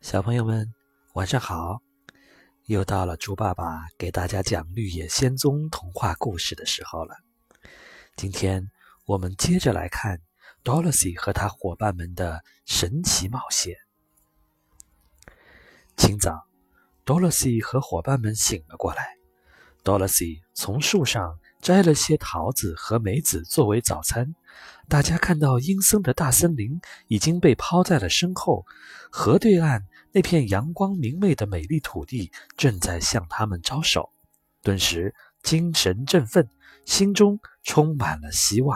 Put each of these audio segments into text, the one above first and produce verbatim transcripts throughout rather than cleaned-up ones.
小朋友们，晚上好！又到了猪爸爸给大家讲《绿野仙踪》童话故事的时候了。今天我们接着来看 Dorothy 和她伙伴们的神奇冒险。清早 Dorothy 和伙伴们醒了过来。Dorothy 从树上摘了些桃子和梅子作为早餐。大家看到阴森的大森林已经被抛在了身后，河对岸那片阳光明媚的美丽土地正在向他们招手，顿时精神振奋，心中充满了希望。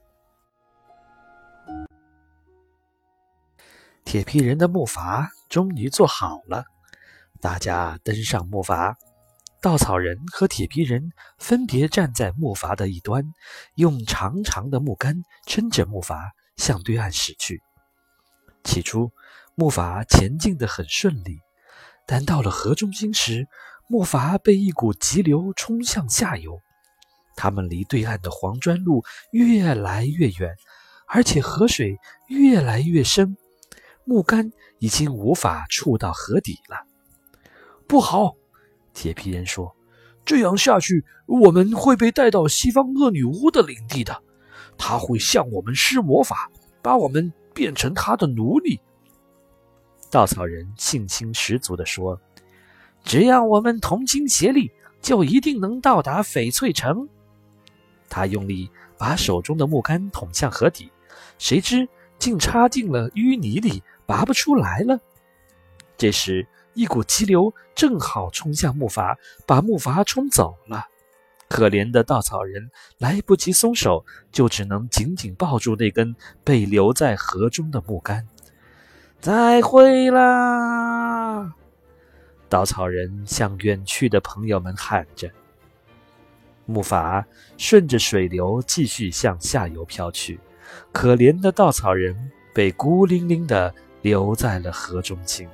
铁皮人的木筏终于做好了，大家登上木筏。稻草人和铁皮人分别站在木筏的一端，用长长的木杆撑着木筏向对岸驶去。起初木筏前进得很顺利，但到了河中心时，木筏被一股急流冲向下游。他们离对岸的黄砖路越来越远，而且河水越来越深，木杆已经无法触到河底了。不好！铁皮人说，这样下去我们会被带到西方恶女巫的领地的，她会向我们施魔法，把我们变成她的奴隶。稻草人信心十足地说，只要我们同心协力，就一定能到达翡翠城。他用力把手中的木杆捅向河底，谁知竟插进了淤泥里，拔不出来了。这时一股急流正好冲向木筏，把木筏冲走了。可怜的稻草人来不及松手，就只能紧紧抱住那根被留在河中的木杆。再会啦！稻草人向远去的朋友们喊着。木筏顺着水流继续向下游飘去，可怜的稻草人被孤零零地留在了河中心。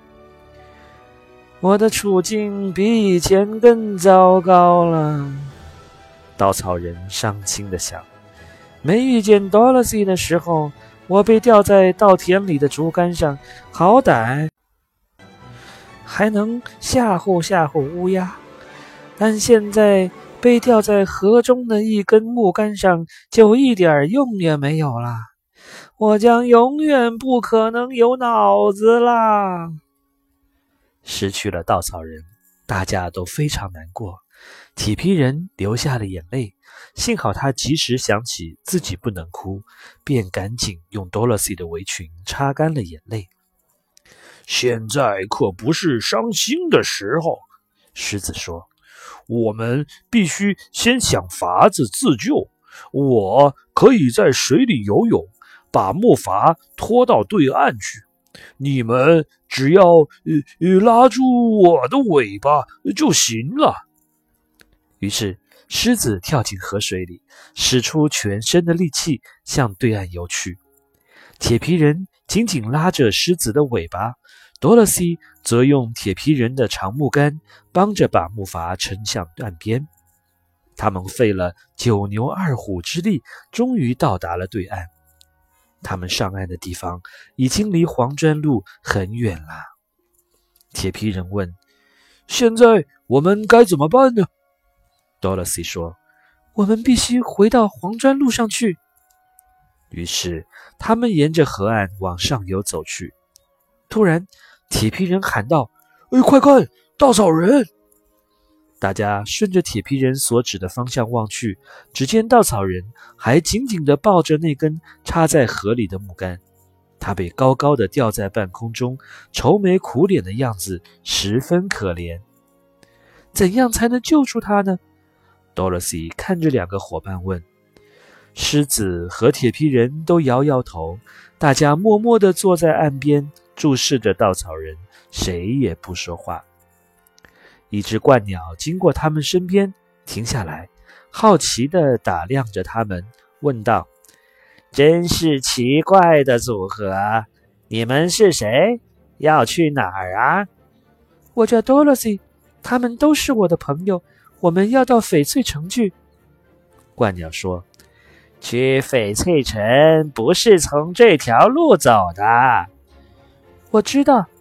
我的处境比以前更糟糕了，稻草人伤心地想。没遇见 Dorothy 的时候，我被吊在稻田里的竹竿上，好歹还能吓唬吓唬乌鸦，但现在被吊在河中的一根木杆上，就一点用也没有了。我将永远不可能有脑子啦！失去了稻草人，大家都非常难过。铁皮人流下了眼泪，幸好他及时想起自己不能哭，便赶紧用 Dorothy 的围裙擦干了眼泪。现在可不是伤心的时候，狮子说，我们必须先想法子自救。我可以在水里游泳，把木筏拖到对岸去。你们只要、呃、拉住我的尾巴就行了。于是狮子跳进河水里，使出全身的力气向对岸游去。铁皮人紧紧拉着狮子的尾巴， Dorothy 则用铁皮人的长木杆帮着把木筏撑向岸边。他们费了九牛二虎之力，终于到达了对岸。他们上岸的地方已经离黄砖路很远了。铁皮人问，现在我们该怎么办呢？ Dorothy 说，我们必须回到黄砖路上去。于是他们沿着河岸往上游走去。突然铁皮人喊道，哎，快看，稻草人！大家顺着铁皮人所指的方向望去，只见稻草人还紧紧地抱着那根插在河里的木杆，他被高高地吊在半空中，愁眉苦脸的样子十分可怜。怎样才能救出他呢？ Dorothy 看着两个伙伴问。狮子和铁皮人都摇摇头，大家默默地坐在岸边，注视着稻草人，谁也不说话。一只鹳鸟经过他们身边，停下来，好奇地打量着他们，问道，真是奇怪的组合，你们是谁？要去哪儿啊？我叫 Dorothy， 他们都是我的朋友，我们要到翡翠城去。鹳鸟说，去翡翠城不是从这条路走的。我知道，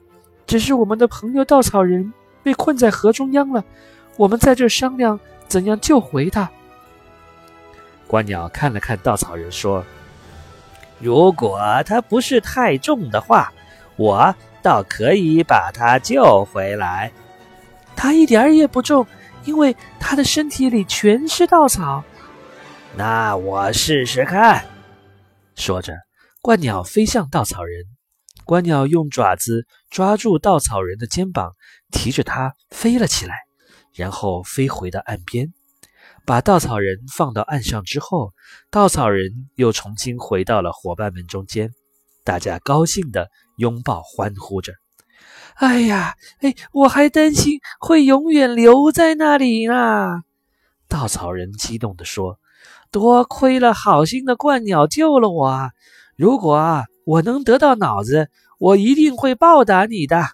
只是我们的朋友稻草人被困在河中央了，我们在这商量怎样救回他。观鸟看了看稻草人说，如果他不是太重的话，我倒可以把他救回来。他一点也不重，因为他的身体里全是稻草。那我试试看。说着，鹳鸟飞向稻草人。鹳鸟用爪子抓住稻草人的肩膀，提着它飞了起来，然后飞回到岸边。把稻草人放到岸上之后，稻草人又重新回到了伙伴们中间，大家高兴地拥抱欢呼着。哎呀，哎，我还担心会永远留在那里呢。稻草人激动地说，多亏了好心的鹳鸟救了我啊！如果啊我能得到脑子，我一定会报答你的。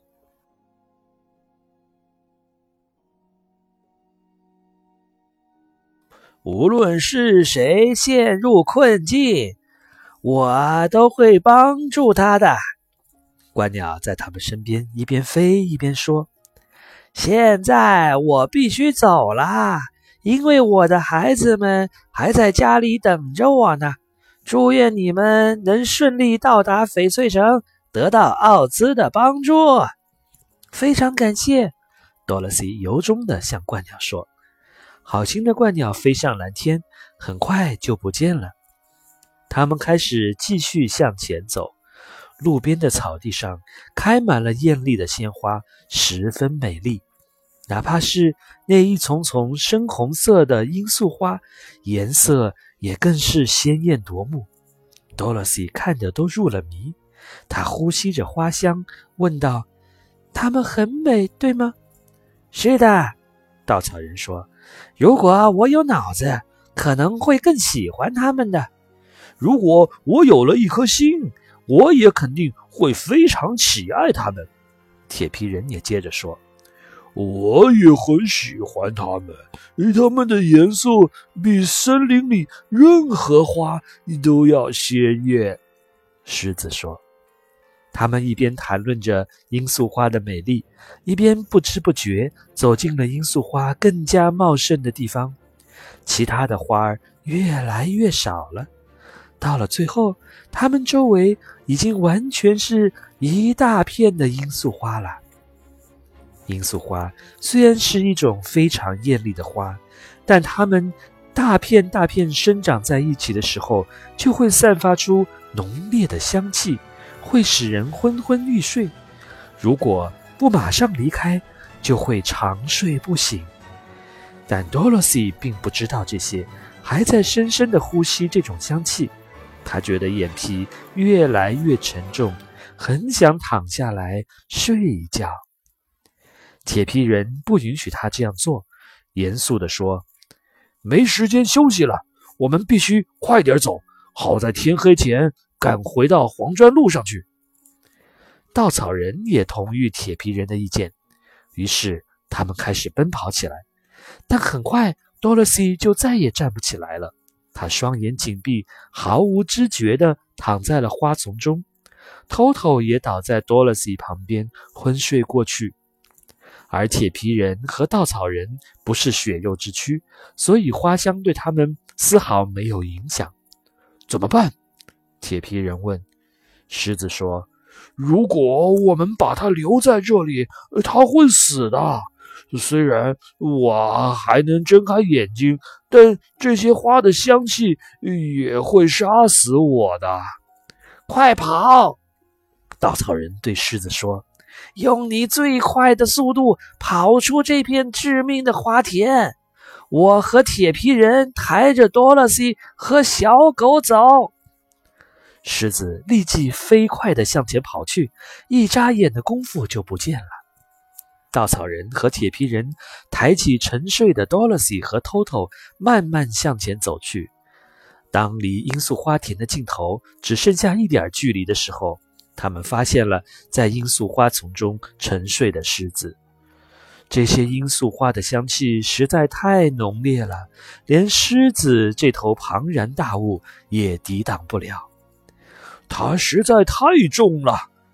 无论是谁陷入困境，我都会帮助他的。鹳鸟在他们身边一边飞一边说，现在我必须走了，因为我的孩子们还在家里等着我呢。祝愿你们能顺利到达翡翠城，得到奥兹的帮助。非常感谢，多萝西由衷地向鹳鸟说。好心的鹳鸟飞上蓝天，很快就不见了。他们开始继续向前走，路边的草地上开满了艳丽的鲜花，十分美丽。哪怕是那一丛丛深红色的罂粟花，颜色也更是鲜艳夺目。多萝西看着都入了迷，她呼吸着花香，问道：它们很美，对吗？是的，稻草人说，如果我有脑子，可能会更喜欢它们的。 如果我有了一颗心，我也肯定会非常喜爱它们。 铁皮人也接着说， 我也很喜欢它们，它们的颜色比森林里任何花都要鲜艳。 狮子说。他们一边谈论着罂粟花的美丽，一边不知不觉走进了罂粟花更加茂盛的地方。其他的花儿越来越少了，到了最后，它们周围已经完全是一大片的罂粟花了。罂粟花虽然是一种非常艳丽的花，但它们大片大片生长在一起的时候，就会散发出浓烈的香气，会使人昏昏欲睡。如果不马上离开，就会长睡不醒。但多萝西并不知道这些，还在深深地呼吸这种香气。他觉得眼皮越来越沉重，很想躺下来睡一觉。铁皮人不允许他这样做，严肃地说， 没时间休息了，我们必须快点走，好在天黑前赶回到黄砖路上去。 稻草人也同意铁皮人的意见，于是他们开始奔跑起来。但很快多萝西就再也站不起来了，他双眼紧闭，毫无知觉地躺在了花丛中。偷偷也倒在多萝西旁边昏睡过去。而铁皮人和稻草人不是血肉之躯，所以花香对他们丝毫没有影响。 怎么办？ 铁皮人问。狮子说， 如果我们把它留在这里，它会死的。虽然我还能睁开眼睛，但这些花的香气也会杀死我的。 快跑！稻草人对狮子说，用你最快的速度跑出这片致命的花田。我和铁皮人抬着多萝西和小狗走。狮子立即飞快地向前跑去，一眨眼的功夫就不见了。稻草人和铁皮人抬起沉睡的多萝西和偷偷，慢慢向前走去。当离罂粟花田的尽头只剩下一点距离的时候，他们发现了在罂粟花丛中沉睡的狮子。这些罂粟花的香气实在太浓烈了，连狮子这头庞然大物也抵挡不了。 它实在太重了，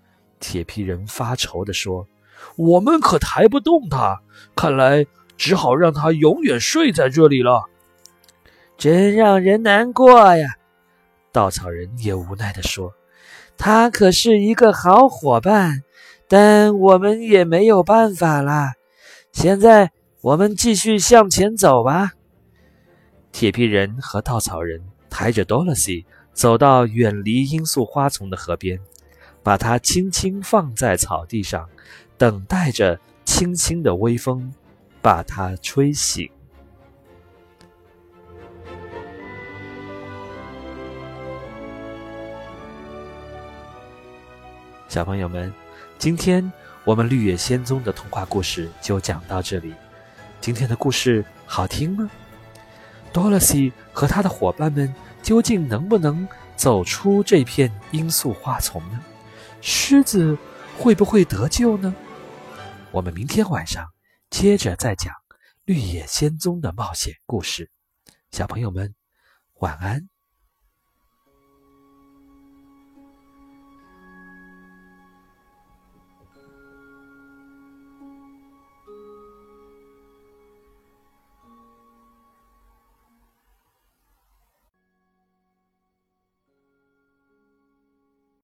铁皮人发愁地说：“ 我们可抬不动它，看来只好让它永远睡在这里了。” 真让人难过呀！稻草人也无奈地说：“他可是一个好伙伴，但我们也没有办法啦。现在我们继续向前走吧。”铁皮人和稻草人抬着 Dorothy 走到远离罂粟花丛的河边，把它轻轻放在草地上，等待着轻轻的微风把它吹醒。小朋友们，今天我们绿野仙踪的童话故事就讲到这里。今天的故事好听吗？ Dorothy 和她的伙伴们究竟能不能走出这片罂粟花丛呢？狮子会不会得救呢？我们明天晚上接着再讲绿野仙踪的冒险故事。小朋友们，晚安。